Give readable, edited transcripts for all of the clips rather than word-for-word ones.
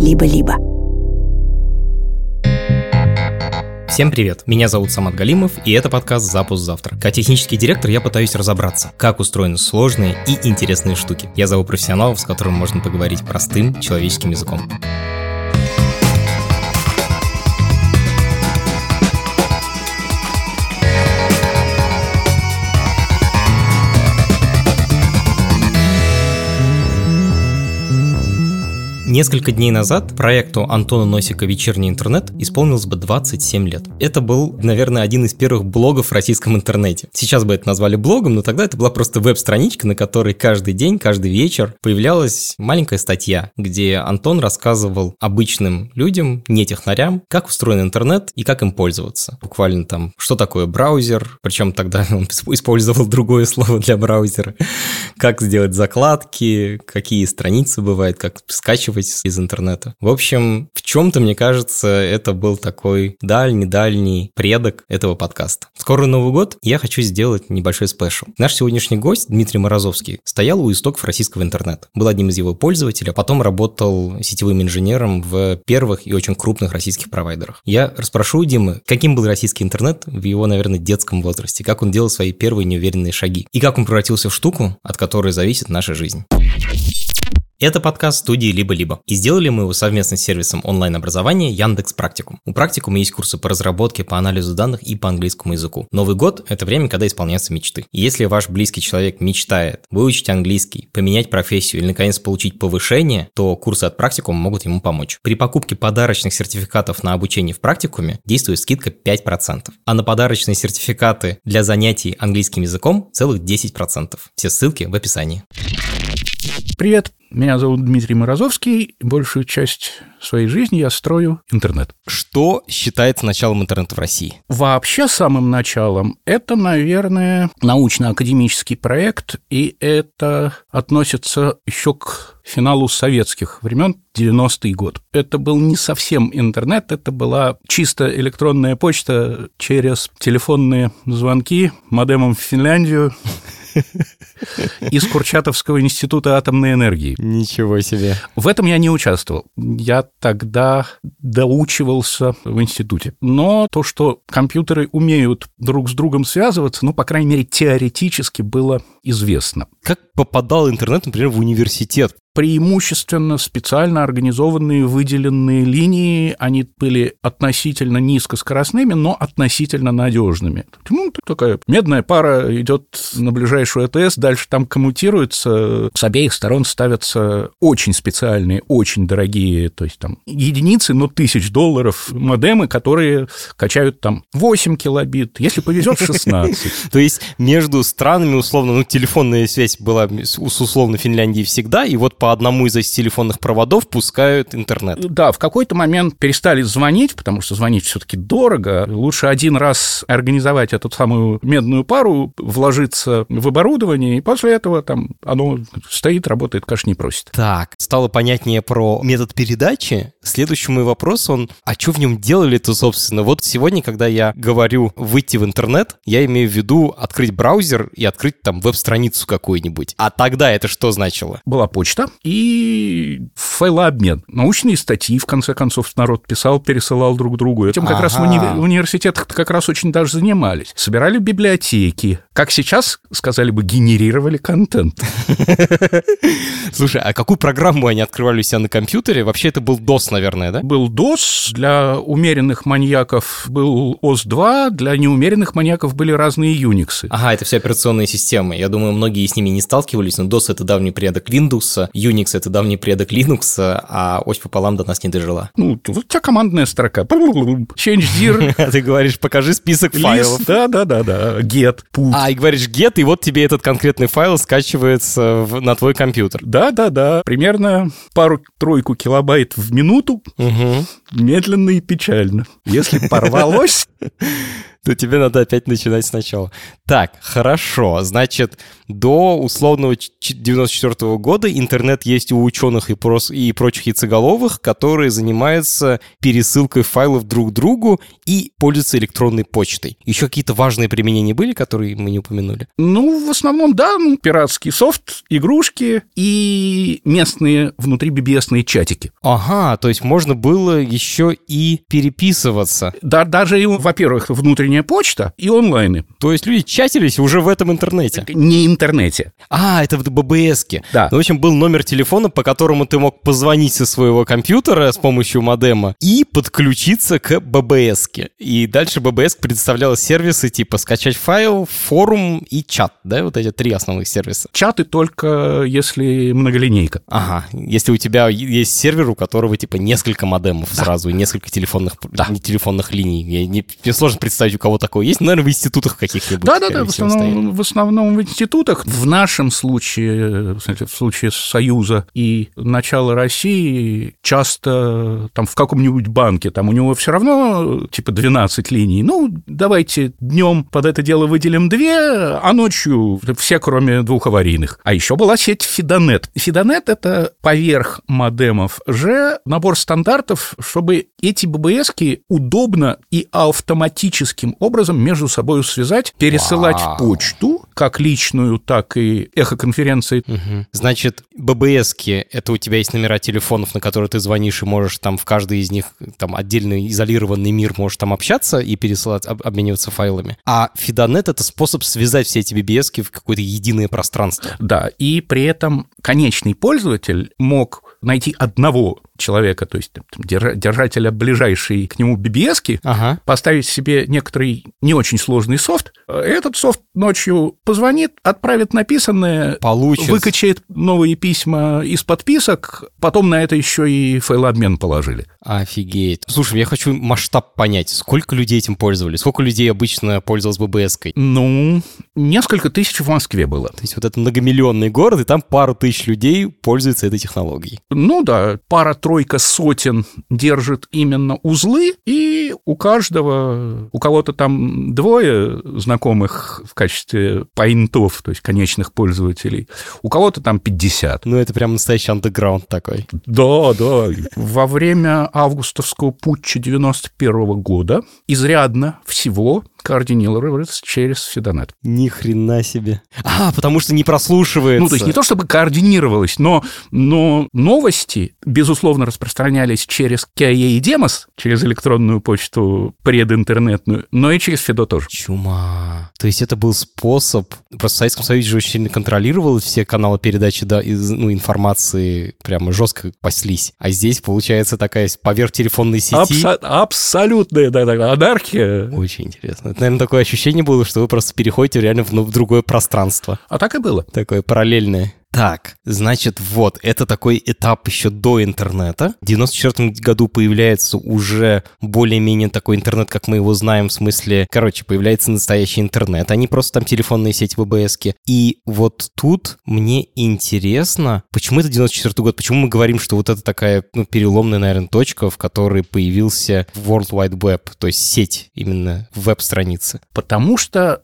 «Либо-либо». Всем привет, меня зовут Самат Галимов, и это подкаст «Запуск завтра». Как технический директор я пытаюсь разобраться, как устроены сложные и интересные штуки. Я зову профессионалов, с которыми можно поговорить простым человеческим языком. Несколько дней назад проекту Антона Носика «Вечерний интернет» исполнилось бы 27 лет. Это был, наверное, один из первых блогов в российском интернете. Сейчас бы это назвали блогом, но тогда это была просто веб-страничка, на которой каждый день, каждый вечер появлялась маленькая статья, где Антон рассказывал обычным людям, не технарям, как устроен интернет и как им пользоваться. Буквально там, что такое браузер, причем тогда он использовал другое слово для браузера, как сделать закладки, какие страницы бывают, как скачивать из интернета. В общем, в чем-то, мне кажется, это был такой дальний предок этого подкаста. Скоро Новый год, я хочу сделать небольшой спешл. Наш сегодняшний гость, Дмитрий Морозовский, стоял у истоков российского интернета. Был одним из его пользователей, а потом работал сетевым инженером в первых и очень крупных российских провайдерах. Я расспрошу у Димы, каким был российский интернет в его, наверное, детском возрасте, как он делал свои первые неуверенные шаги, и как он превратился в штуку, от которой зависит наша жизнь. Это подкаст студии «Либо-либо», и сделали мы его совместно с сервисом онлайн-образования Яндекс.Практикум. У Практикума есть курсы по разработке, по анализу данных и по английскому языку. Новый год – это время, когда исполняются мечты. И если ваш близкий человек мечтает выучить английский, поменять профессию или, наконец, получить повышение, то курсы от Практикума могут ему помочь. При покупке подарочных сертификатов на обучение в Практикуме действует скидка 5%, а на подарочные сертификаты для занятий английским языком целых 10%. Все ссылки в описании. Привет, меня зовут Дмитрий Морозовский. Большую часть своей жизни я строю интернет. Что считается началом интернета в России? Вообще самым началом это, наверное, научно-академический проект, и это относится еще к финалу советских времен, 90-й год. Это был не совсем интернет, это была чисто электронная почта через телефонные звонки модемом в Финляндию из Курчатовского института атомной энергии. Ничего себе. В этом я не участвовал. Я тогда доучивался в институте. Но то, что компьютеры умеют друг с другом связываться, по крайней мере, теоретически было известно. Как попадал интернет, например, в университет? Преимущественно специально организованные выделенные линии, они были относительно низкоскоростными, но относительно надежными. Такая медная пара идет на ближайшую АТС, дальше там коммутируется, с обеих сторон ставятся очень специальные, очень дорогие, то есть там единицы, но $1000 модемы, которые качают там 8 килобит, если повезет 16. То есть между странами, условно, телефонная связь была с условно Финляндией всегда, и вот по одному из этих телефонных проводов пускают интернет. Да, в какой-то момент перестали звонить, потому что звонить все-таки дорого. Лучше один раз организовать эту самую медную пару, вложиться в оборудование, и после этого там оно стоит, работает, каш не просит. Так, стало понятнее про метод передачи. Следующий мой вопрос, а что в нем делали-то, собственно? Вот сегодня, когда я говорю выйти в интернет, я имею в виду открыть браузер и открыть там веб-страницу какую-нибудь. А тогда это что значило? Была почта и файлообмен. Научные статьи, в конце концов, народ писал, пересылал друг другу. Этим как раз в университетах как раз очень даже занимались. Собирали библиотеки. Как сейчас, сказали бы, генерировали контент. Слушай, а какую программу они открывали у себя на компьютере? Вообще это был DOS, наверное, да? Был DOS, для умеренных маньяков был OS-2, для неумеренных маньяков были разные Unix. Ага, это все операционные системы. Я думаю, многие с ними не сталкивались, но DOS — это давний предок Windows, Unix — это давний предок Linux, а ось пополам до нас не дожила. Вот у тебя командная строка. Change dir. Ты говоришь, покажи список файлов. Да. Get, put. И говоришь get, и вот тебе этот конкретный файл скачивается на твой компьютер. Да. Примерно пару-тройку килобайт в минуту. Медленно и печально. Если порвалось... то тебе надо опять начинать сначала. Так, хорошо. Значит, до условного 94 года интернет есть у ученых и прочих яйцеголовых, которые занимаются пересылкой файлов друг к другу и пользуются электронной почтой. Еще какие-то важные применения были, которые мы не упомянули? Ну, в основном, да, пиратский софт, игрушки и местные внутри BBS-ные чатики. Ага, то есть можно было еще и переписываться. Да, даже, во-первых, внутренняя почта и онлайны. То есть люди чатились уже в этом интернете? Не интернете. Это в ББСке. Да. В общем, был номер телефона, по которому ты мог позвонить со своего компьютера с помощью модема и подключиться к ББСке. И дальше ББС предоставляла сервисы типа скачать файл, форум и чат, да? Вот эти 3 основных сервиса. Чаты только если многолинейка. Ага, если у тебя есть сервер, у которого типа несколько модемов сразу и несколько телефонных линий. Мне сложно представить, у кого такое есть. Наверное, в институтах каких-нибудь. Да, в основном в институтах. В нашем случае, в случае Союза и начала России, часто там в каком-нибудь банке, там у него все равно типа 12 линий. Ну, давайте днем под это дело выделим 2, а ночью все, кроме 2 аварийных. А еще была сеть Фидонет. Фидонет — это поверх модемов же набор стандартов, чтобы эти ББСки удобно и автоматическим образом между собой связать, пересылать почту, как личную, так и эхоконференции. Угу. Значит, ББСки — это у тебя есть номера телефонов, на которые ты звонишь, и можешь там в каждый из них там отдельный изолированный мир, можешь там общаться и пересылать, обмениваться файлами. А Фидонет — это способ связать все эти BBSки в какое-то единое пространство. Да, и при этом конечный пользователь мог найти одного человека, то есть держателя ближайшей к нему BBS-ки, поставить себе некоторый не очень сложный софт. Этот софт ночью позвонит, отправит написанное, выкачает новые письма из подписок, потом на это еще и файлообмен положили. Офигеть. Слушай, я хочу масштаб понять. Сколько людей этим пользовались? Сколько людей обычно пользовалось ББС-кой? Ну, несколько тысяч в Москве было. То есть вот это многомиллионный город, и там пару тысяч людей пользуются этой технологией. Ну да, пара-тройка сотен держит именно узлы, и у кого-то там 2 знакомых в качестве поинтов, то есть конечных пользователей, у кого-то там 50. Ну, это прям настоящий андеграунд такой. Да. Во время августовского путча 91 года изрядно всего координировалось через Фидонет. Ни хрена себе. Потому что не прослушивается. Ну, то есть не то чтобы координировалось, но новости, безусловно, распространялись через KIA и Demos, через электронную почту прединтернетную, но и через Фидо тоже. Чума. То есть это был способ... Просто в Советском Союзе же очень сильно контролировал все каналы передачи информации, прямо жестко паслись. А здесь, получается, такая поверх телефонной сети... Абсолютная анархия. Очень интересно. Это, наверное, такое ощущение было, что вы просто переходите реально в другое пространство. А так и было. Такое параллельное. Так, значит, вот, это такой этап еще до интернета. В 94 году появляется уже более-менее такой интернет, как мы его знаем, в смысле, появляется настоящий интернет, а не просто там телефонные сети ББСки. И вот тут мне интересно, почему это 94 год, почему мы говорим, что вот это такая, переломная, наверное, точка, в которой появился World Wide Web, то есть сеть именно веб-страницы. Потому что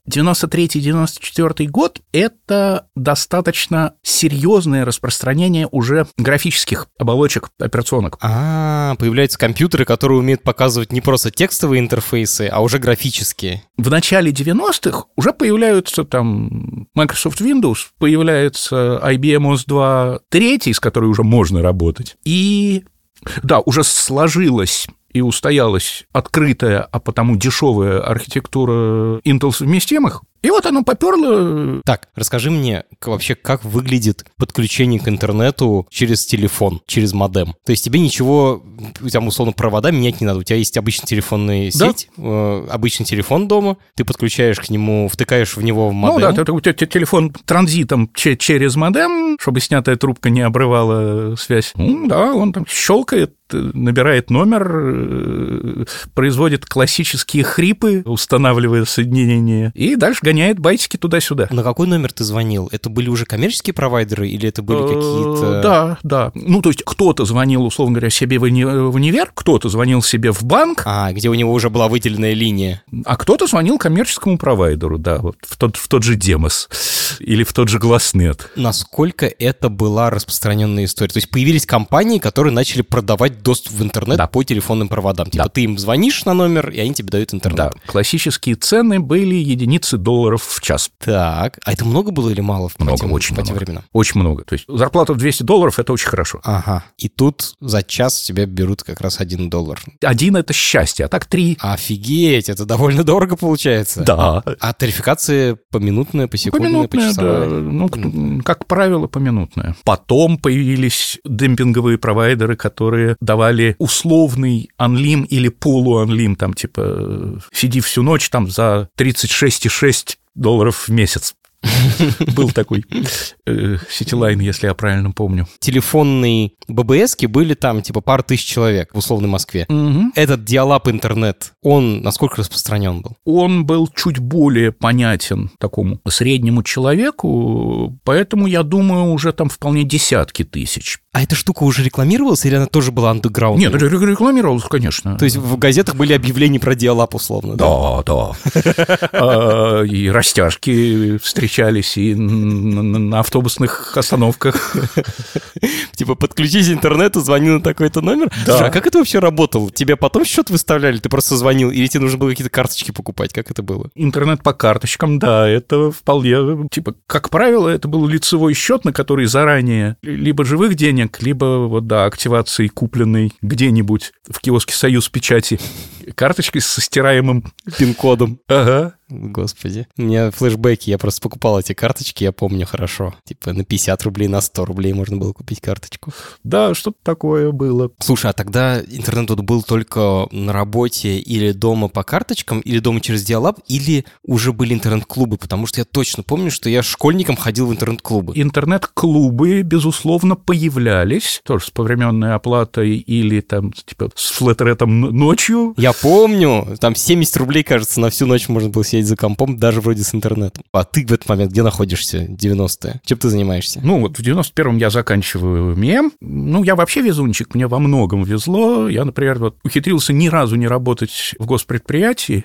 93-94 год — это достаточно серьезное распространение уже графических оболочек операционок. Появляются компьютеры, которые умеют показывать не просто текстовые интерфейсы, а уже графические. В начале 90-х уже появляются там Microsoft Windows, появляется IBM OS 2 3, с которой уже можно работать. И да, уже сложилась и устоялась открытая, а потому дешевая архитектура Intel совместимых. И вот оно поперло. Так, расскажи мне вообще, как выглядит подключение к интернету через телефон, через модем. То есть тебе ничего, там, условно, провода менять не надо. У тебя есть обычная телефонная сеть, обычный телефон дома, ты подключаешь к нему, втыкаешь в него модем. Ну да, у тебя телефон транзитом через модем, чтобы снятая трубка не обрывала связь. Да, он там щелкает, набирает номер, производит классические хрипы, устанавливая соединение, и дальше гоняет байтики туда-сюда. На какой номер ты звонил? Это были уже коммерческие провайдеры или это были какие-то... Да. Ну, то есть кто-то звонил, условно говоря, себе в универ, кто-то звонил себе в банк. Где у него уже была выделенная линия. А кто-то звонил коммерческому провайдеру, да, вот в тот же Демос или в тот же Гласнет. Насколько это была распространенная история? То есть появились компании, которые начали продавать доступ в интернет по телефонным проводам. Типа ты им звонишь на номер, и они тебе дают интернет. Да, классические цены были единицы долларов в час. Так, а это много было или мало по тем временам? Очень много. То есть зарплата в $200 — это очень хорошо. Ага. И тут за час тебя берут как раз $1. 1 — это счастье, а так 3. Офигеть, это довольно дорого получается. Да. А тарификация поминутная, посекундная, почасовая? Да. Ну, как правило, поминутная. Потом появились демпинговые провайдеры, которые давали условный анлим или полуанлим, там типа сиди всю ночь там за $36,6 в месяц. Был такой Ситилайн, если я правильно помню. Телефонные ББСки были там типа пару тысяч человек в условной Москве. Этот диалап интернет, он насколько распространен был? Он был чуть более понятен такому среднему человеку, поэтому, я думаю, уже там вполне десятки тысяч. А эта штука уже рекламировалась или она тоже была андеграундной? Нет, рекламировалась, конечно. То есть в газетах были объявления про диалап условно? Да. И растяжки встречались и на автобусных остановках. Типа подключись к интернету, звони на такой-то номер. Да. Слушай, а как это вообще работало? Тебе потом счет выставляли? Ты просто звонил? Или тебе нужно было какие-то карточки покупать? Как это было? Интернет по карточкам, да, это вполне... Типа, как правило, это был лицевой счет, на который заранее либо живых денег, либо, активации, купленной где-нибудь в киоске «Союз печати» карточкой со стираемым пин-кодом. Ага. Господи. У меня флешбеки, я просто покупал эти карточки, я помню хорошо. Типа на 50 рублей, на 100 рублей можно было купить карточку. Да, что-то такое было. Слушай, а тогда интернет тут был только на работе или дома по карточкам, или дома через диалап, или уже были интернет-клубы? Потому что я точно помню, что я школьником ходил в интернет-клубы. Интернет-клубы, безусловно, появлялись, тоже с повременной оплатой или там типа с флетретом ночью. Я помню, там 70 рублей, кажется, на всю ночь можно было сидеть за компом, даже вроде с интернетом. А ты в этот момент где находишься, 90-е? Чем ты занимаешься? Ну, вот в 91-м я заканчиваю МИЭМ. Ну, я вообще везунчик, мне во многом везло. Я, например, ухитрился ни разу не работать в госпредприятии.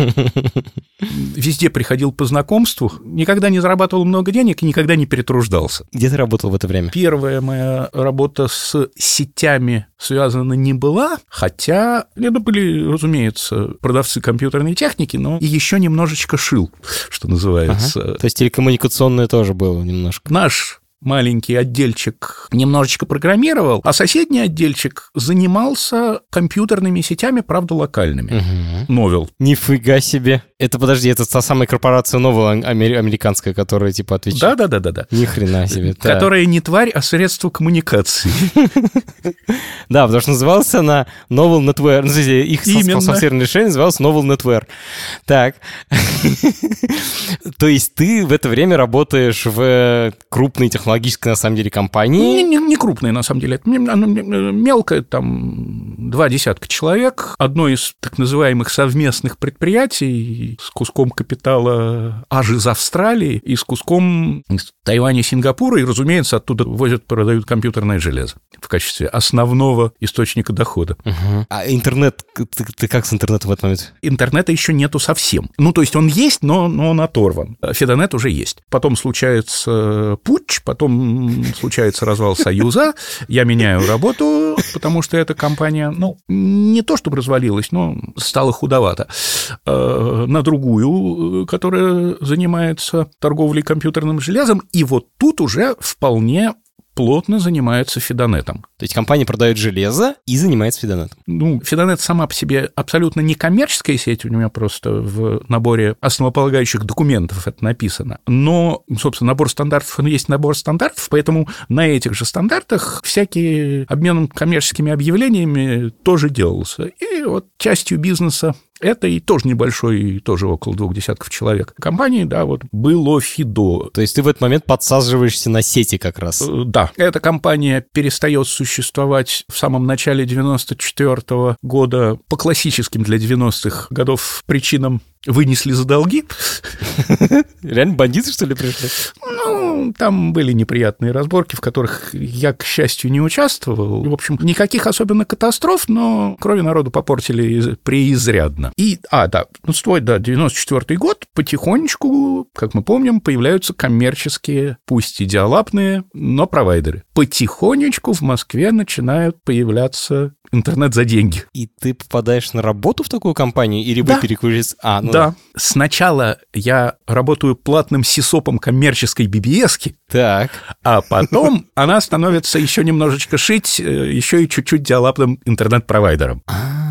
Везде приходил по знакомству, никогда не зарабатывал много денег и никогда не перетруждался. Где ты работал в это время? Первая моя работа с сетями связана не была, хотя это были, разумеется, продавцы компьютерной техники, но и еще немножечко шил, что называется. Ага. То есть телекоммуникационное тоже было немножко? Наш маленький отдельчик немножечко программировал, а соседний отдельчик занимался компьютерными сетями, правда, локальными. Новел. Нифига себе. Это, подожди, это та самая корпорация Новел американская, которая, типа, отвечает? Да. Ни хрена себе. Которая не тварь, а средство коммуникации. Да, потому что называлась она Новел Netware. Ну, их софтверное решение называлось Новел Netware. Так. То есть ты в это время работаешь в крупной технологической, на самом деле, компании? Не крупной, на самом деле. Это мелкое, там, 20 человек. Одно из так называемых совместных предприятий с куском капитала аж из Австралии и с куском из Тайваня, Сингапура, и, разумеется, оттуда возят, продают компьютерное железо в качестве основного источника дохода. А интернет, ты как с интернетом в этот момент? Интернета еще нету совсем. Ну, то есть он есть, но он оторван. Фидонет уже есть. Потом случается путч, потом случается развал Союза, я меняю работу, потому что эта компания, не то чтобы развалилась, но стала худовата, на другую, которая занимается торговлей компьютерным железом, и вот тут уже вполне плотно занимается Фидонетом. То есть компания продает железо и занимается Фидонетом? Ну, Фидонет сама по себе абсолютно не коммерческая сеть, у меня просто в наборе основополагающих документов это написано. Но, собственно, набор стандартов, он есть набор стандартов, поэтому на этих же стандартах всякие обмен коммерческими объявлениями тоже делался. И вот частью бизнеса Это и тоже небольшой, и тоже около 20 человек. Компании, да, вот было Фидо. То есть ты в этот момент подсаживаешься на сети как раз? Да. Эта компания перестает существовать в самом начале 94-го года по классическим для 90-х годов причинам. Вынесли за долги. Реально бандиты, что ли, пришли? Ну, там были неприятные разборки, в которых я, к счастью, не участвовал. В общем, никаких особенно катастроф, но крови народу попортили преизрядно. И, 94-й год, потихонечку, как мы помним, появляются коммерческие, пусть и диалапные, но провайдеры. Потихонечку в Москве начинают появляться интернет за деньги. И ты попадаешь на работу в такую компанию, или вы переключились? Да. Сначала я работаю платным сисопом коммерческой BBS-ки, так. А потом она становится еще немножечко шить, еще и чуть-чуть диалапным интернет-провайдером.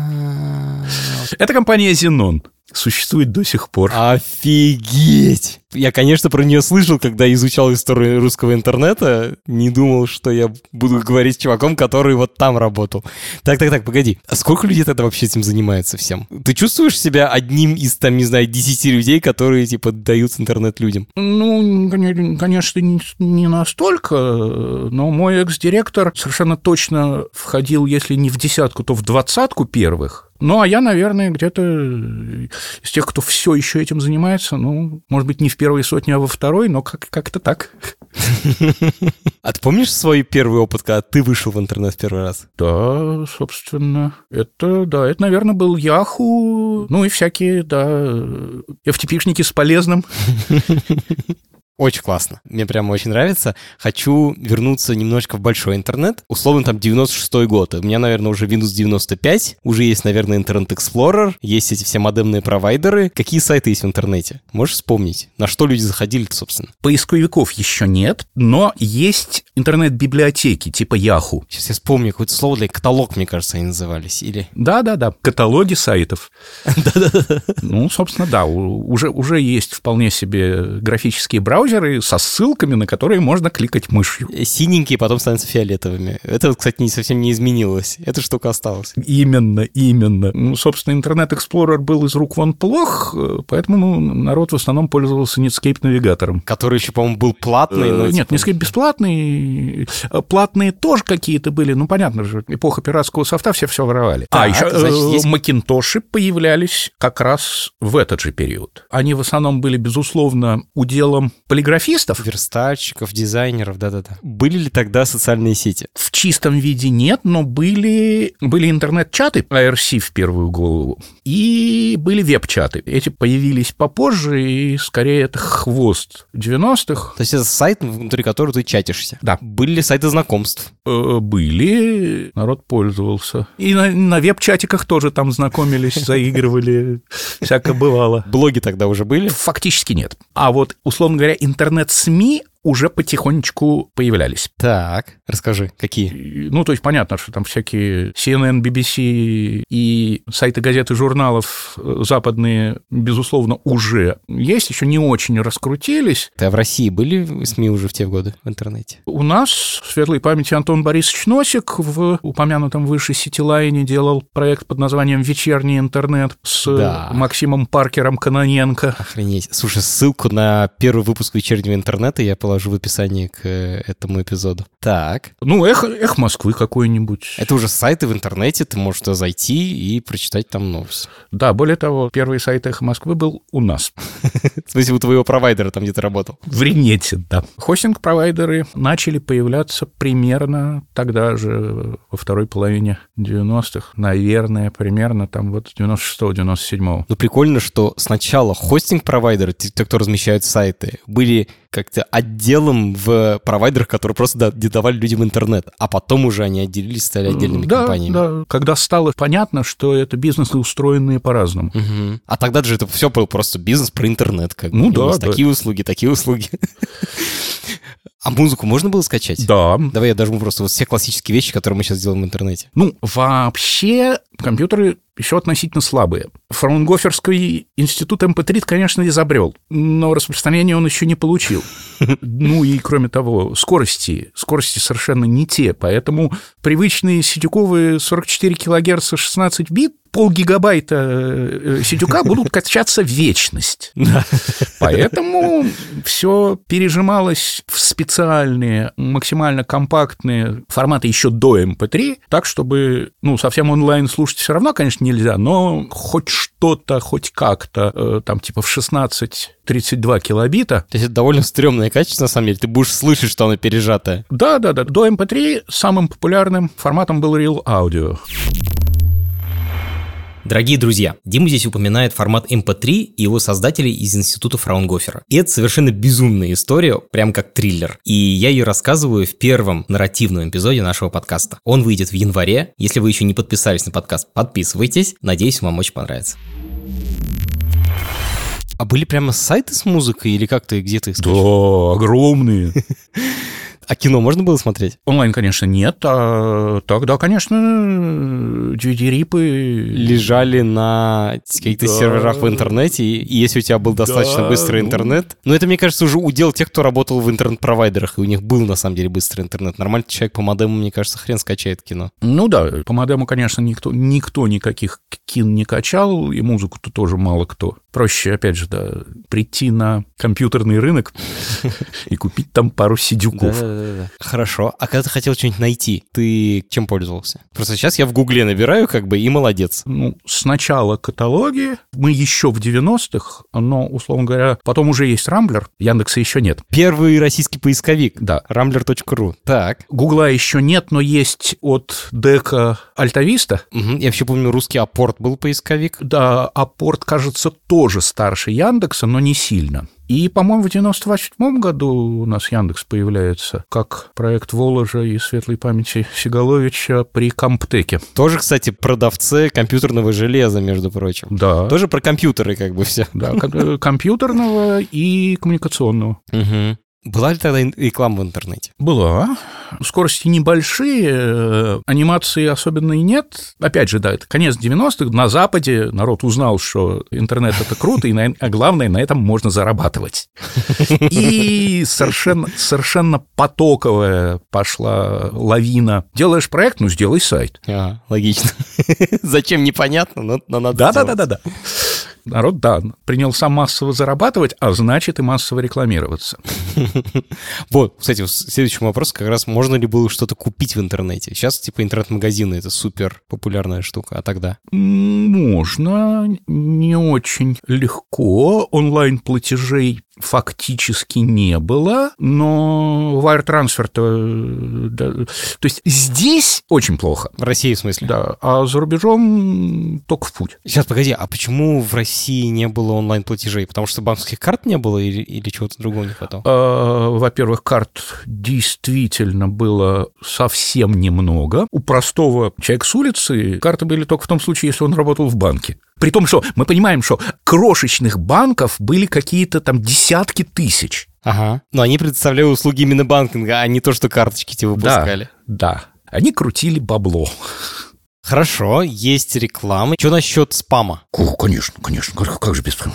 Это компания Xenon. Существует до сих пор. Офигеть! Я, конечно, про нее слышал, когда изучал историю русского интернета. Не думал, что я буду говорить с чуваком, который вот там работал. Так, погоди. А сколько людей тогда вообще этим занимается всем? Ты чувствуешь себя одним из, 10 людей, которые, дают интернет людям? Ну, конечно, не настолько, но мой экс-директор совершенно точно входил, если не в десятку, то в 20-ку первых. Ну, а я, наверное, где-то из тех, кто все еще этим занимается, может быть, не в первой сотне, а во второй, но как-то так. А ты помнишь свой первый опыт, когда ты вышел в интернет в первый раз? Да, собственно, это, наверное, был Yahoo, и всякие, FTP-шники с полезным. Очень классно. Мне прямо очень нравится. Хочу вернуться немножко в большой интернет. Условно, 96-й год. У меня, наверное, уже Windows 95. Уже есть, наверное, Internet Explorer. Есть эти все модемные провайдеры. Какие сайты есть в интернете? Можешь вспомнить? На что люди заходили-то, собственно? Поисковиков еще нет, но есть интернет-библиотеки типа Yahoo. Сейчас я вспомню какое-то слово для каталог, мне кажется, они назывались. Или... Да. Каталоги сайтов. Собственно, да. Уже есть вполне себе графические браузеры, со ссылками, на которые можно кликать мышью. Синенькие потом становятся фиолетовыми. Это, кстати, совсем не изменилось. Эта штука осталась. Именно. Собственно, Internet Explorer был из рук вон плох, поэтому народ в основном пользовался Netscape-навигатором. Который еще, по-моему, был платный. Нет, Netscape бесплатный. Платные тоже какие-то были. Понятно же, эпоха пиратского софта, все воровали. Еще есть... Макинтоши появлялись как раз в этот же период. Они в основном были, безусловно, уделом полиграфистов. Верстальщиков, дизайнеров, да. Были ли тогда социальные сети? В чистом виде нет, но были интернет-чаты, IRC в первую голову, и были веб-чаты. Эти появились попозже, и скорее это хвост 90-х. То есть это сайт, внутри которого ты чатишься? Да. Были ли сайты знакомств? Были, народ пользовался. И на веб-чатиках тоже там знакомились, заигрывали, всякое бывало. Блоги тогда уже были? Фактически нет. А вот, условно говоря, интернет-СМИ уже потихонечку появлялись. Так, расскажи, какие? То есть понятно, что там всякие CNN, BBC и сайты газет и журналов западные, безусловно, уже есть, еще не очень раскрутились. А в России были СМИ уже в те годы в интернете? У нас, в светлой памяти, Антон Борисович Носик в упомянутом выше Ситилайне делал проект под названием «Вечерний интернет» с Максимом Паркером Кононенко. Охренеть. Слушай, ссылку на первый выпуск «Вечернего интернета» я положу в описании к этому эпизоду. Так. Эх Москвы какой-нибудь. Это уже сайты в интернете, ты можешь туда зайти и прочитать там новости. Да, более того, первый сайт «Эхо Москвы» был у нас. В смысле, у твоего провайдера там где-то работал? В Ринете, да. Хостинг-провайдеры начали появляться примерно тогда же, во второй половине 90-х, наверное, примерно там вот 96-го, 97-го. Прикольно, что сначала хостинг-провайдеры, те, кто размещают сайты, были как-то отделом в провайдерах, которые просто давали людям интернет, а потом уже они отделились, стали отдельными компаниями. Да, когда стало понятно, что это бизнесы, устроенные по-разному. Угу. А тогда же это все был просто бизнес про интернет. Такие услуги, такие услуги. А музыку можно было скачать? Да. Давай я дожму просто все классические вещи, которые мы сейчас делаем в интернете. Вообще компьютеры еще относительно слабые. Фраунгоферский институт MP3, конечно, изобрел, но распространение он еще не получил. И, кроме того, скорости совершенно не те, поэтому привычные сетевые 44 кГц 16 бит полгигабайта сидюка будут качаться вечность. Поэтому все пережималось в специальные, максимально компактные форматы еще до MP3, так, чтобы, совсем онлайн слушать все равно, конечно, нельзя, но хоть что-то, хоть как-то, там, типа в 16-32 килобита. То есть это довольно стрёмное качество, на самом деле, ты будешь слышать, что оно пережатое. Да, до MP3 самым популярным форматом был Real Audio. Дорогие друзья, Дима здесь упоминает формат MP3 и его создателей из института Фраунгофера. И это совершенно безумная история, прям как триллер. И я ее рассказываю в первом нарративном эпизоде нашего подкаста. Он выйдет в январе. Если вы еще не подписались на подкаст, подписывайтесь. Надеюсь, вам очень понравится. А были прямо сайты с музыкой или как ты, где ты скажешь? Да, огромные. А кино можно было смотреть? Онлайн, конечно, нет, а тогда, конечно, DVD-рипы... Лежали на каких-то серверах в интернете, и если у тебя был достаточно быстрый интернет... Но это, мне кажется, уже удел тех, кто работал в интернет-провайдерах, и у них был, на самом деле, быстрый интернет. Нормальный человек по модему, мне кажется, хрен скачает кино. Ну да, по модему, конечно, никто никаких кин не качал, и музыку-то тоже мало кто. Проще, опять же, прийти на компьютерный рынок и купить там пару сидюков. Хорошо. А когда ты хотел что-нибудь найти, ты чем пользовался? Просто сейчас я в Гугле набираю, и молодец. Сначала каталоги, мы еще в 90-х, но, условно говоря, потом уже есть Рамблер, Яндекса еще нет. Первый российский поисковик. Да. Rambler.ru. Так. Гугла еще нет, но есть от Дека Альтависта. Я вообще помню, русский Апорт был поисковик. Да, Апорт, кажется, тоже старше Яндекса, но не сильно. И, по-моему, в 98 году у нас Яндекс появляется как проект Воложа и светлой памяти Сигаловича при Комптеке. Тоже, кстати, продавцы компьютерного железа, между прочим. Да. Тоже про компьютеры все. Да, компьютерного и коммуникационного. Угу. Была ли тогда реклама в интернете? Была. Скорости небольшие, анимации особенной нет. Опять же, это конец 90-х. На Западе народ узнал, что интернет — это круто, а главное, на этом можно зарабатывать. И совершенно потоковая пошла лавина. Делаешь проект, сделай сайт. Логично. Зачем, непонятно, но надо сделать. Да. Народ, принялся массово зарабатывать, а значит и массово рекламироваться. Вот, кстати, следующий вопрос как раз, можно ли было что-то купить в интернете? Сейчас, интернет-магазины — это супер популярная штука, а тогда? Можно, не очень легко, онлайн-платежей фактически не было, но wire-трансфер-то... То есть здесь очень плохо. В России, в смысле? Да, а за рубежом только в путь. Сейчас, погоди, а почему в России не было онлайн-платежей? Потому что банковских карт не было или чего-то другого не хватало? Во-первых, карт действительно было совсем немного. У простого человека с улицы карты были только в том случае, если он работал в банке. При том, что мы понимаем, что крошечных банков были какие-то там десятки тысяч. Ага. Но они предоставляли услуги именно банкинга, а не то, что карточки тебе выпускали. Да. Они крутили бабло. Хорошо, есть реклама. Что насчет спама? Конечно. Как же без спама?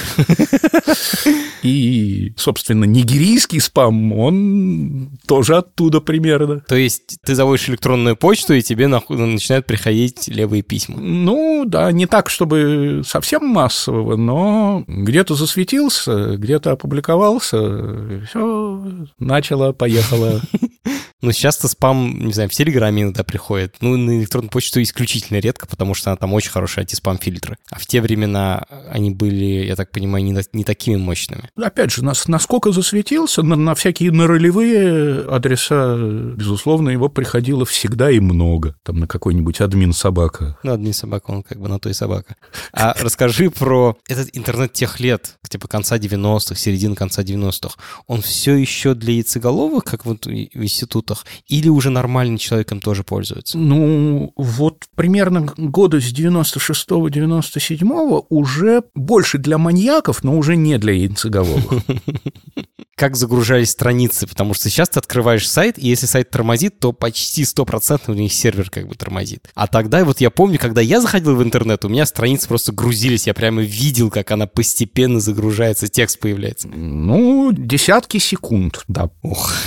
И, собственно, нигерийский спам, он тоже оттуда примерно. То есть ты заводишь электронную почту, и тебе начинают приходить левые письма? Да, не так, чтобы совсем массового, но где-то засветился, где-то опубликовался, все, поехало. Но сейчас-то спам, не знаю, в Телеграме иногда приходит. На электронную почту исключительно редко, потому что там очень хорошие антиспам-фильтры. А в те времена они были, я так понимаю, не такими мощными. Опять же, насколько засветился, на всякие ролевые адреса, безусловно, его приходило всегда и много. Там на какой-нибудь админ-собака. Админ-собака, он на то и собака. А расскажи про этот интернет тех лет, конца 90-х, середины конца 90-х. Он все еще для яйцеголовых, как в институтах, или уже нормальным человеком тоже пользуется? Примерно года с 96-го, 97-го уже больше для маньяков, но уже не для яйцеголовых. Как загружались страницы, потому что сейчас ты открываешь сайт, и если сайт тормозит, то почти 100% у них сервер тормозит. А тогда я помню, когда я заходил в интернет, у меня страницы просто грузились, я прямо видел, как она постепенно загружается, текст появляется. Десятки секунд, да.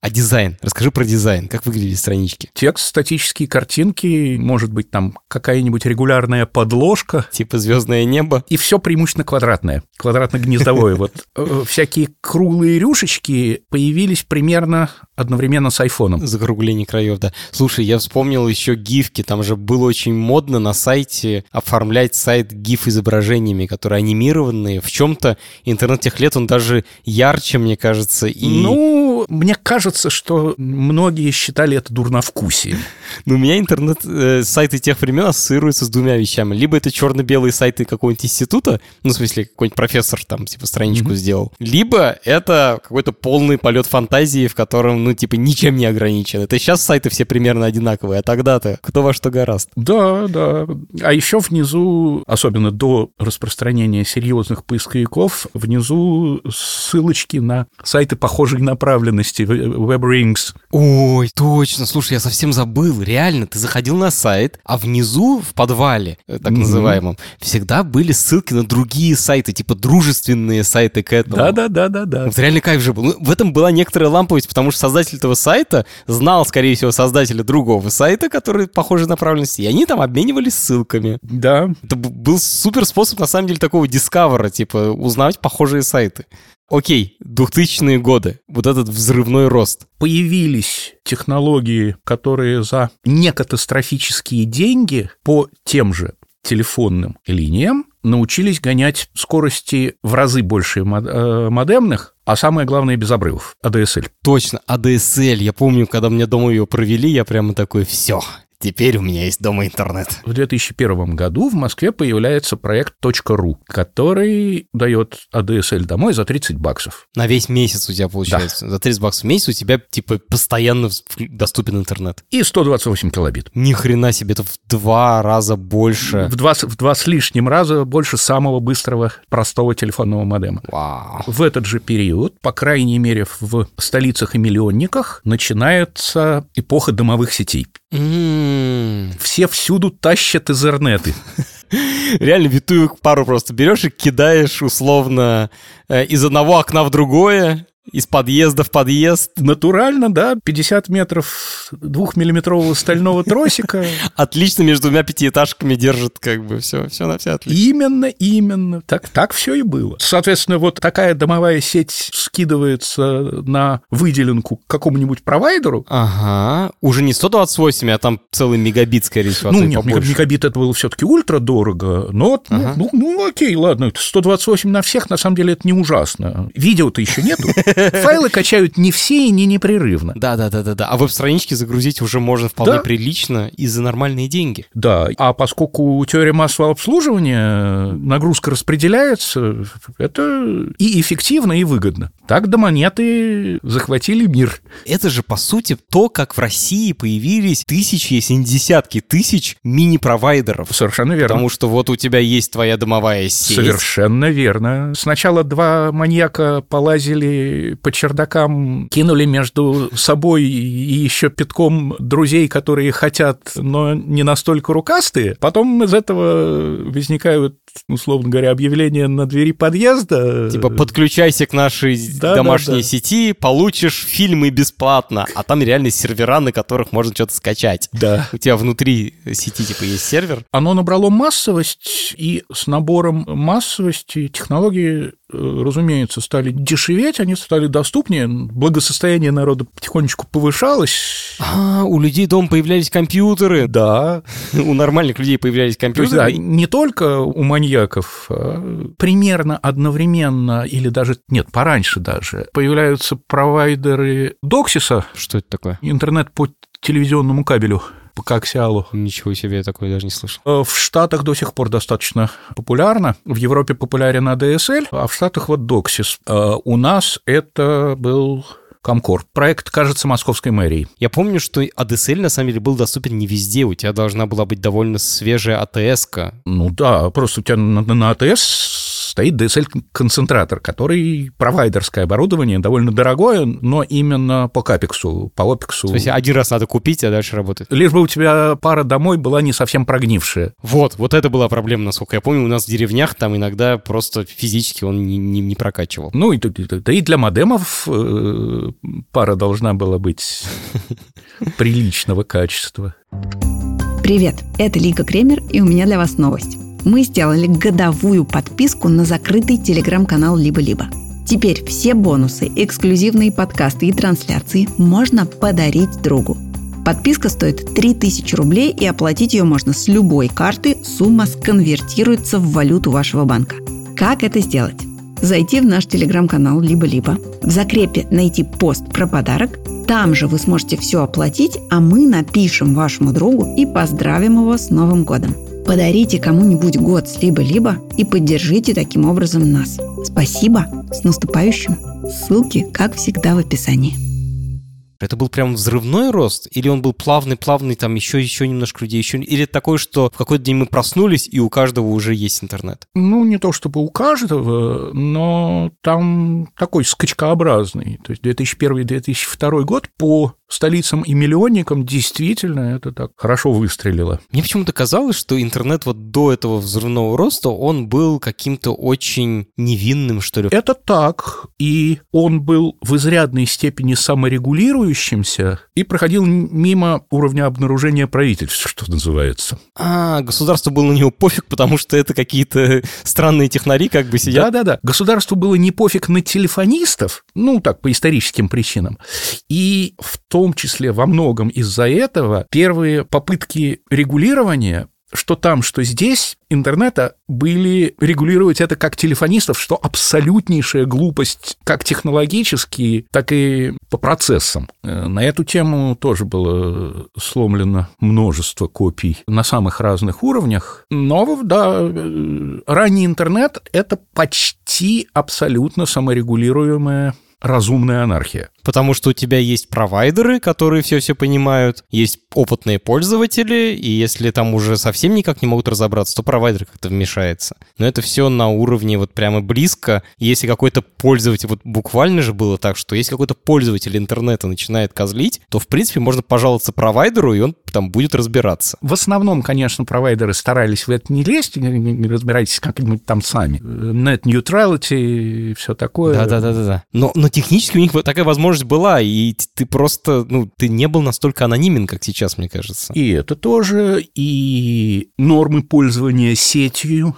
А дизайн? Расскажи про дизайн. Как выглядели странички? Текст, статические картинки, может быть, там какая-нибудь регулярная подложка. Типа «Звездное небо». И все преимущественно квадратное, квадратно-гнездовое. Вот всякие круглые рюшечки появились примерно одновременно с айфоном. Закругление краев, да. Слушай, я вспомнил еще гифки. Там же было очень модно на сайте оформлять сайт гиф-изображениями, которые анимированные. В чем-то интернет тех лет, он даже ярче, мне кажется. Ну, мне кажется, что многие считали это дурновкусием. Ну, у меня интернет-сайты тех времен ассоциируются с двумя вещами. Либо это черно-белые сайты какого-нибудь института, ну, в смысле, какой-нибудь профессор там, типа, страничку сделал. Либо это какой-то полный полет фантазии, в котором, ну, типа, ничем не ограничен. Это сейчас сайты все примерно одинаковые, а тогда-то кто во что гораст. Да, да. А еще внизу, особенно до распространения серьезных поисковиков, внизу ссылочки на сайты похожей направленности, WebRings. Ой, точно. Слушай, я совсем забыл. Реально, ты заходил на сайт, а внизу, в подвале, так называемом, всегда были ссылки на другие сайты, типа дружественные сайты к этому. Да. Вот реально кайф же был. Ну, в этом была некоторая ламповость, потому что создатель этого сайта знал, скорее всего, создателя другого сайта, который похожей направленности, и они там обменивались ссылками. Да. Это был супер способ, на самом деле, такого дискавера, типа, узнавать похожие сайты. Окей, 2000-е годы, вот этот взрывной рост. Появились технологии, которые за некатастрофические деньги по тем же телефонным линиям научились гонять скорости в разы больше модемных, а самое главное, без обрывов, ADSL. Точно, ADSL. Я помню, когда мне дома ее провели, я прямо такой, все. Теперь у меня есть дома интернет. В 2001 году в Москве появляется проект .ru, который дает ADSL домой за $30. На весь месяц у тебя получается. Да. За $30 в месяц у тебя, типа, постоянно доступен интернет. И 128 килобит. Ни хрена себе, это в 2 раза больше. В два с лишним раза больше самого быстрого простого телефонного модема. Вау. В этот же период, по крайней мере, в столицах и миллионниках, начинается эпоха домовых сетей. Все всюду тащат изернеты. Реально витую пару просто берешь и кидаешь условно из одного окна в другое, из подъезда в подъезд. Натурально, да, 50 метров 2-миллиметрового стального тросика. Отлично между двумя пятиэтажками держит, как бы, все на все отлично. Именно. Так все и было. Соответственно, вот такая домовая сеть скидывается на выделенку к какому-нибудь провайдеру. Ага. Уже не 128, а там целый мегабит, скорее всего. Ну, нет, мегабит это было все-таки ультра дорого, но, ну, окей, ладно, 128 на всех, на самом деле, это не ужасно. Видео-то еще нету. Файлы качают не все и не непрерывно. Да. А веб-странички загрузить уже можно вполне прилично и за нормальные деньги. Да, а поскольку теория массового обслуживания, нагрузка распределяется, это и эффективно, и выгодно. Так домонеты захватили мир. Это же, по сути, то, как в России появились тысячи, если не десятки тысяч мини-провайдеров. Совершенно верно. Потому что вот у тебя есть твоя домовая сеть. Совершенно верно. Сначала 2 маньяка полазили по чердакам, кинули между собой и еще пятком друзей, которые хотят, но не настолько рукастые. Потом из этого возникают, условно говоря, объявления на двери подъезда. Типа, подключайся к нашей домашней сети, получишь фильмы бесплатно. А там реально сервера, на которых можно что-то скачать. Да. У тебя внутри сети, типа, есть сервер. Оно набрало массовость, и с набором массовости технологии, разумеется, стали дешеветь, они стали доступнее, благосостояние народа потихонечку повышалось. У людей дома появлялись компьютеры. Да. У нормальных людей появлялись компьютеры. То есть, да, не только у маньяков, а примерно одновременно, или даже, нет, пораньше даже, появляются провайдеры Доксиса. Что это такое? Интернет по телевизионному кабелю. По коаксиалу. Ничего себе, я такое даже не слышал. В Штатах до сих пор достаточно популярно. В Европе популярен ADSL, а в Штатах вот DOCSIS. У нас это был Комкор. Проект, кажется, московской мэрии. Я помню, что ADSL на самом деле был доступен не везде. У тебя должна была быть довольно свежая АТС-ка. Ну да, просто у тебя на АТС стоит DSL-концентратор, который провайдерское оборудование, довольно дорогое, но именно по капексу, по опексу. То есть один раз надо купить, а дальше работает. Лишь бы у тебя пара домой была не совсем прогнившая. Вот это была проблема, насколько я помню. У нас в деревнях там иногда просто физически он не прокачивал. Ну, и для модемов пара должна была быть приличного качества. Привет, это Лика Кремер, и у меня для вас новость. Мы сделали годовую подписку на закрытый телеграм-канал «Либо-либо». Теперь все бонусы, эксклюзивные подкасты и трансляции можно подарить другу. Подписка стоит 3000 рублей, и оплатить ее можно с любой карты, сумма сконвертируется в валюту вашего банка. Как это сделать? Зайти в наш телеграм-канал «Либо-либо», в закрепе найти пост про подарок, там же вы сможете все оплатить, а мы напишем вашему другу и поздравим его с Новым годом. Подарите кому-нибудь год с «Либо-либо» и поддержите таким образом нас. Спасибо, с наступающим! Ссылки, как всегда, в описании. Это был прям взрывной рост? Или он был плавный, там еще немножко людей? Или это такое, что в какой-то день мы проснулись, и у каждого уже есть интернет? Ну, не то чтобы у каждого, но там такой скачкообразный. То есть 2001-2002 год по столицам и миллионникам действительно это так хорошо выстрелило. Мне почему-то казалось, что интернет вот до этого взрывного роста, он был каким-то очень невинным, что ли. Это так, и он был в изрядной степени саморегулирующимся и проходил мимо уровня обнаружения правительства, что называется. Государству было на него пофиг, потому что это какие-то странные технари как бы сидят. Да. Государству было не пофиг на телефонистов, ну так, по историческим причинам, и в том числе во многом из-за этого первые попытки регулирования, что там, что здесь, интернета, были регулировать это как телефонистов, что абсолютнейшая глупость как технологически, так и по процессам. На эту тему тоже было сломлено множество копий на самых разных уровнях. Но, да, ранний интернет — это почти абсолютно саморегулируемая разумная анархия. Потому что у тебя есть провайдеры, которые все понимают, есть опытные пользователи, и если там уже совсем никак не могут разобраться, то провайдер как-то вмешается. Но это все на уровне вот прямо близко. Если какой-то пользователь, вот буквально же было так, что если какой-то пользователь интернета начинает козлить, то, в принципе, можно пожаловаться провайдеру, и он там будет разбираться. В основном, конечно, провайдеры старались в это не лезть, не разбирайтесь как-нибудь там сами. Net neutrality и все такое. Да. Но технически у них такая возможность была, и ты просто, ты не был настолько анонимен, как сейчас, мне кажется. И это тоже, и нормы пользования сетью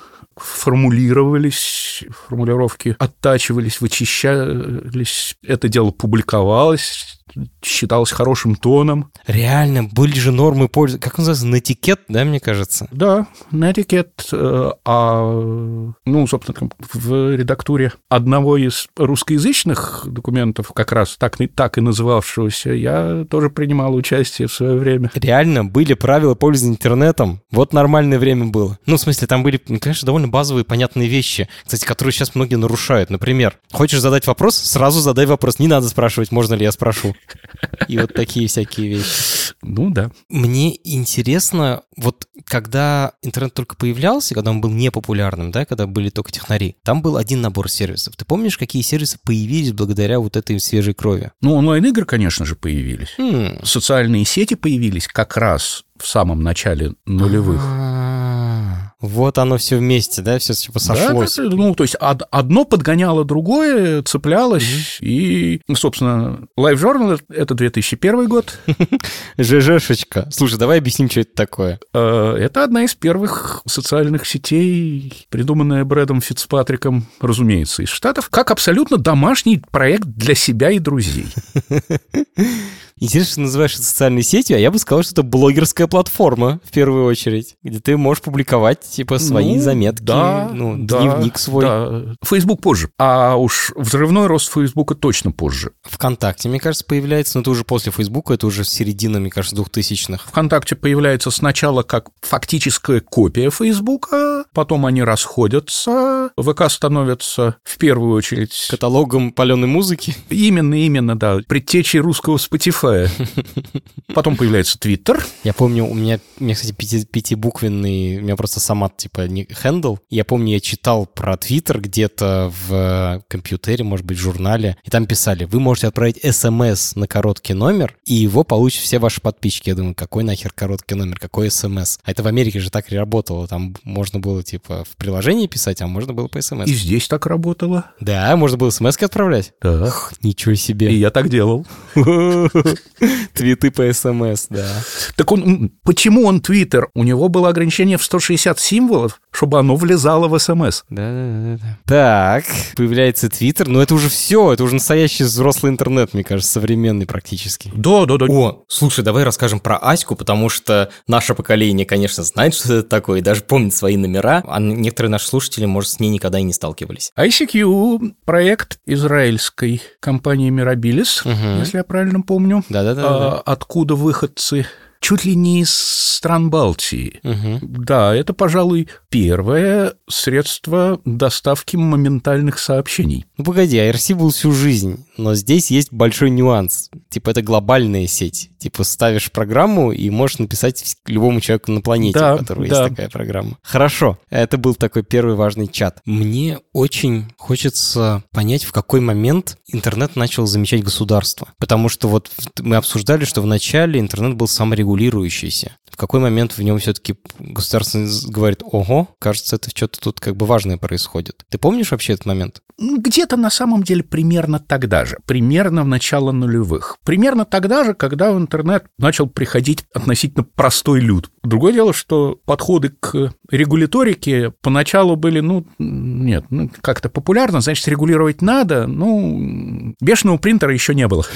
формулировались, формулировки оттачивались, вычищались, это дело публиковалось, считалось хорошим тоном. Реально, были же нормы пользования, как он называется, нетикет, да, мне кажется? Да, нетикет, собственно, в редактуре одного из русскоязычных документов, как раз так и называвшегося, я тоже принимал участие в свое время. Реально, были правила пользования интернетом, вот нормальное время было. В смысле, там были, конечно, довольно базовые, понятные вещи, кстати, которые сейчас многие нарушают. Например, хочешь задать вопрос, сразу задай вопрос, не надо спрашивать, можно ли я спрошу. И вот такие всякие вещи. Ну да. Мне интересно, вот когда интернет только появлялся, когда он был непопулярным, да, когда были только технари, там был один набор сервисов. Ты помнишь, какие сервисы появились благодаря вот этой свежей крови? Онлайн-игры, конечно же, появились. Социальные сети появились как раз в самом начале нулевых. Вот оно все вместе, да, все сошлось. Да, то есть одно подгоняло другое, цеплялось, и, собственно, LiveJournal — это 2001 год. ЖЖшечка. Слушай, давай объясним, что это такое. Это одна из первых социальных сетей, придуманная Брэдом Фицпатриком, разумеется, из Штатов, как абсолютно домашний проект для себя и друзей. Интересно, что называешь это социальной сетью, а я бы сказал, что это блогерская платформа, в первую очередь, где ты можешь публиковать, свои заметки, дневник свой. Да. Facebook позже, а уж взрывной рост Фейсбука точно позже. ВКонтакте, мне кажется, появляется, но это уже после Фейсбука, это уже середина, мне кажется, 2000-х. ВКонтакте появляется сначала как фактическая копия Фейсбука, потом они расходятся, ВК становится в первую очередь каталогом паленой музыки. Именно, да, предтечей русского Spotify. Wi-Fi. Потом появляется Twitter. Я помню, у меня, кстати, пятибуквенный, у меня просто самат, типа, хендл. Я помню, я читал про Twitter где-то в компьютере, может быть, в журнале, и там писали, вы можете отправить смс на короткий номер, и его получат все ваши подписчики. Я думаю, какой нахер короткий номер, какой смс? А это в Америке же так и работало. Там можно было, типа, в приложении писать, а можно было по смс. И здесь так работало. Да, можно было смс-ки отправлять. Да. Ничего себе. И я так делал. Твиты по СМС, да. Так почему он Твиттер? У него было ограничение в 160 символов, чтобы оно влезало в СМС. Да. Так, появляется Твиттер, но это уже все, это уже настоящий взрослый интернет, мне кажется, современный практически. Да. О, слушай, давай расскажем про Аську, потому что наше поколение, конечно, знает, что это такое, и даже помнит свои номера, а некоторые наши слушатели, может, с ней никогда и не сталкивались. ICQ — проект израильской компании Mirabilis, если я правильно помню. Да. Откуда выходцы? Чуть ли не из стран Балтии. Да, это, пожалуй, первое средство доставки моментальных сообщений. Ну, погоди, IRC был всю жизнь, но здесь есть большой нюанс. Типа, это глобальная сеть. Типа, ставишь программу и можешь написать любому человеку на планете, у которого есть такая программа. Хорошо, это был такой первый важный чат. Мне очень хочется понять, в какой момент интернет начал замечать государство. Потому что вот мы обсуждали, что вначале интернет был саморегулирующийся. В какой момент в нем все-таки государство говорит, ого, кажется, это что-то тут как бы важное происходит. Ты помнишь вообще этот момент? Где-то на самом деле примерно тогда же, примерно в начало нулевых. Примерно тогда же, когда в интернет начал приходить относительно простой люд. Другое дело, что подходы к регуляторике поначалу были, как-то популярно, значит, регулировать надо, бешеного принтера еще не было.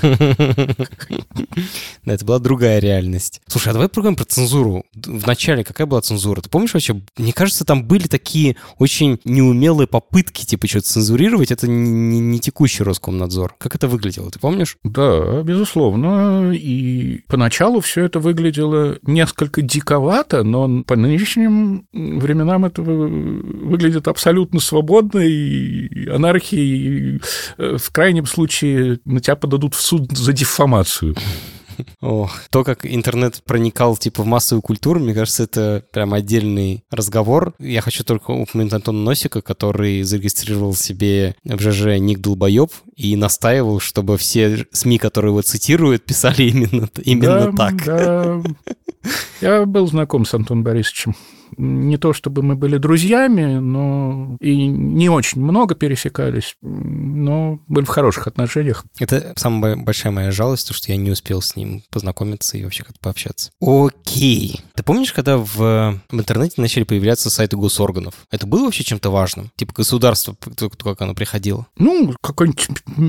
Да, это была другая реальность. Слушай, а давай поговорим про цензуру. Вначале какая была цензура? Ты помнишь вообще? Мне кажется, там были такие очень неумелые попытки, типа, что-то цензурировать. Это не текущий Роскомнадзор. Как это выглядело, ты помнишь? Да, безусловно. И поначалу все это выглядело несколько диковато, но по нынешним временам это выглядит абсолютно свободно, и анархией, в крайнем случае, на тебя подадут в суд за дефамацию. То, как интернет проникал типа в массовую культуру, мне кажется, это прям отдельный разговор. Я хочу только упомянуть Антона Носика, который зарегистрировал себе в ЖЖ ник долбоеб и настаивал, чтобы все СМИ, которые его цитируют, писали именно так. Да. Я был знаком с Антоном Борисовичем. Не то чтобы мы были друзьями, но и не очень много пересекались, но были в хороших отношениях. Это самая большая моя жалость, то, что я не успел с ним познакомиться и вообще как-то пообщаться. Окей. Ты помнишь, когда в интернете начали появляться сайты госорганов? Это было вообще чем-то важным? Типа государство, как оно приходило? Какой-нибудь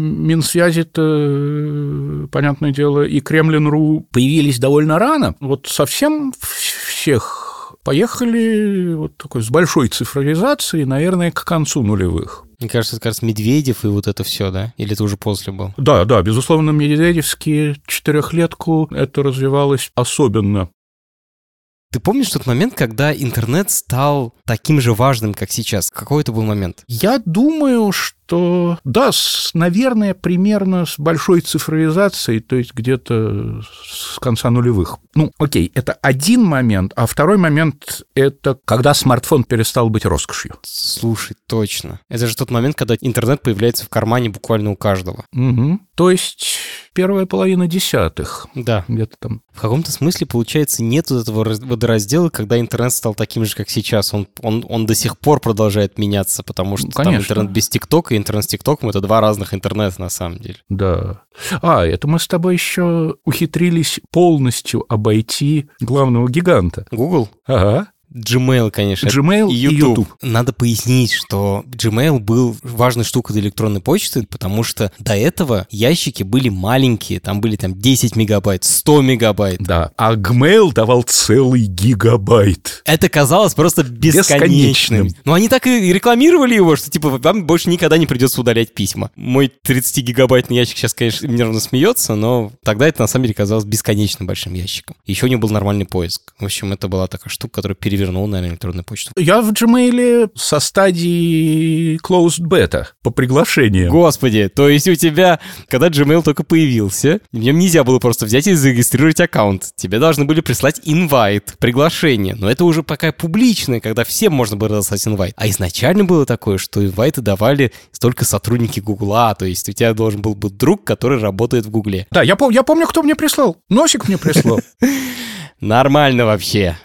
Минсвязи-то, понятное дело, и Кремлин.ру появились довольно рано. Вот совсем всех поехали вот такой с большой цифровизацией, наверное, к концу нулевых. Мне кажется, это как раз Медведев и вот это все, да? Или это уже после был? Да, безусловно, медведевские 4-летку это развивалось особенно. Ты помнишь тот момент, когда интернет стал таким же важным, как сейчас? Какой это был момент? Я думаю, что, да, наверное, примерно с большой цифровизацией, то есть где-то с конца нулевых. Окей, это один момент, а второй момент – это когда смартфон перестал быть роскошью. Слушай, точно. Это же тот момент, когда интернет появляется в кармане буквально у каждого. Угу. То есть первая половина десятых. Да. Где-то там. В каком-то смысле, получается, нет вот этого водораздела, когда интернет стал таким же, как сейчас. Он до сих пор продолжает меняться, потому что там интернет без ТикТока и интернет с ТикТоком — это два разных интернета на самом деле. Да. Это мы с тобой еще ухитрились полностью обойти главного гиганта. Google? Ага. Gmail, конечно. Gmail и YouTube. Надо пояснить, что Gmail был важной штукой для электронной почты, потому что до этого ящики были маленькие, там были 10 мегабайт, 100 мегабайт. Да, а Gmail давал целый гигабайт. Это казалось просто бесконечным. Но они так и рекламировали его, что вам больше никогда не придется удалять письма. Мой 30-гигабайтный ящик сейчас, конечно, нервно смеется, но тогда это на самом деле казалось бесконечно большим ящиком. Еще у него был нормальный поиск. В общем, это была такая штука, которая перевернула вернул, наверное, электронную почту. Я в Gmail со стадии closed beta по приглашениям. Господи, то есть у тебя, когда Gmail только появился, в нем нельзя было просто взять и зарегистрировать аккаунт. Тебе должны были прислать инвайт, приглашение. Но это уже пока публичное, когда всем можно было разослать инвайт. А изначально было такое, что инвайты давали только сотрудники Гугла. То есть у тебя должен был быть друг, который работает в Гугле. Да, я помню, кто мне прислал. Носик мне прислал. Нормально вообще.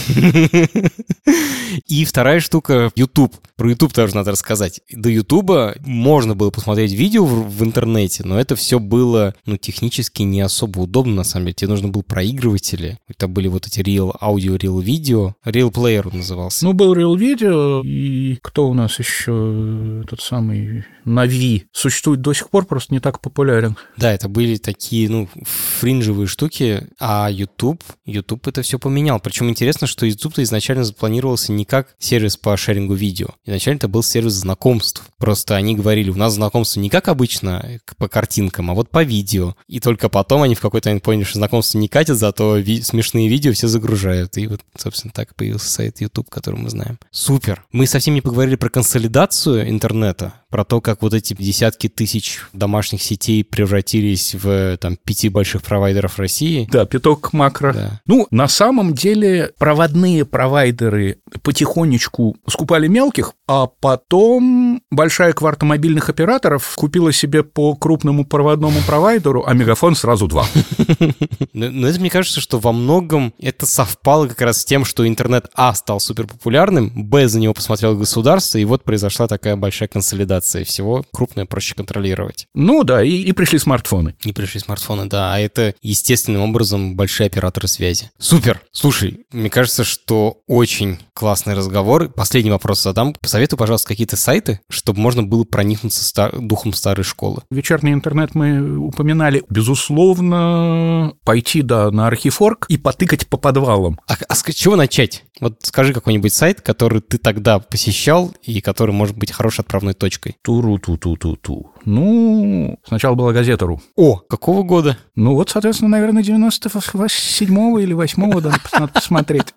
И вторая штука — YouTube. Про YouTube тоже надо рассказать. До YouTube можно было посмотреть видео в интернете, но это все было, технически не особо удобно, на самом деле. Тебе нужно было проигрыватели. Это были вот эти Real Audio, Real Video. Real Player он назывался. Был Real Video, и кто у нас еще тот самый Navi существует до сих пор, просто не так популярен. Да, это были такие, фринжевые штуки, а YouTube это все поменял. Причем интересно, что YouTube-то изначально запланировался не как сервис по шерингу видео. Изначально это был сервис знакомств. Просто они говорили, у нас знакомство не как обычно по картинкам, а вот по видео. И только потом они в какой-то момент поняли, что знакомство не катят, зато смешные видео все загружают. И вот, собственно, так появился сайт YouTube, который мы знаем. Супер! Мы совсем не поговорили про консолидацию интернета, про то, как вот эти десятки тысяч домашних сетей превратились в 5 больших провайдеров России. Да, пяток макро. Да. На самом деле проводные провайдеры потихонечку скупали мелких, а потом большая кварта мобильных операторов купила себе по крупному проводному провайдеру, а Мегафон сразу 2. Но это, мне кажется, что во многом это совпало как раз с тем, что интернет, стал суперпопулярным, за него посмотрело государство, и вот произошла такая большая консолидация всего. Крупное проще контролировать. Да, и пришли смартфоны. А это естественным образом большие операторы связи. Супер! Слушай, мне кажется, что очень классный разговор. Последний вопрос задам. Посоветуй, пожалуйста, какие-то сайты, чтобы можно было проникнуться духом старой школы. Вечерний интернет мы упоминали. Безусловно, пойти, на Архив.орг и потыкать по подвалам. А с чего начать? Вот скажи какой-нибудь сайт, который ты тогда посещал и который может быть хорошей отправной точкой. Туру-ту-ту-ту-ту. Сначала была газета.ру. О, какого года? Соответственно, наверное, 97-го или 8-го надо посмотреть.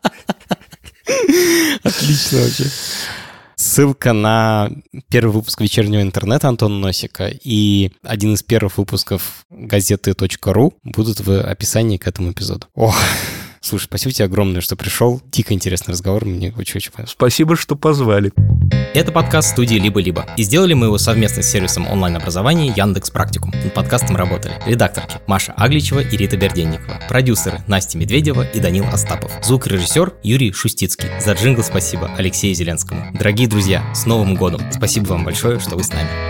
Отлично вообще. Ссылка на первый выпуск «Вечернего интернета» Антона Носика и один из первых выпусков газеты.ру будут в описании к этому эпизоду. Слушай, спасибо тебе огромное, что пришел. Дико интересный разговор, мне очень понравилось. Спасибо, что позвали. Это подкаст студии «Либо-либо». И сделали мы его совместно с сервисом онлайн-образования Яндекс.Практикум. Над подкастом работали редакторки Маша Агличева и Рита Берденникова, продюсеры Настя Медведева и Данил Остапов, звукорежиссер Юрий Шустицкий. За джингл спасибо Алексею Зеленскому. Дорогие друзья, с Новым годом! Спасибо вам большое, что вы с нами.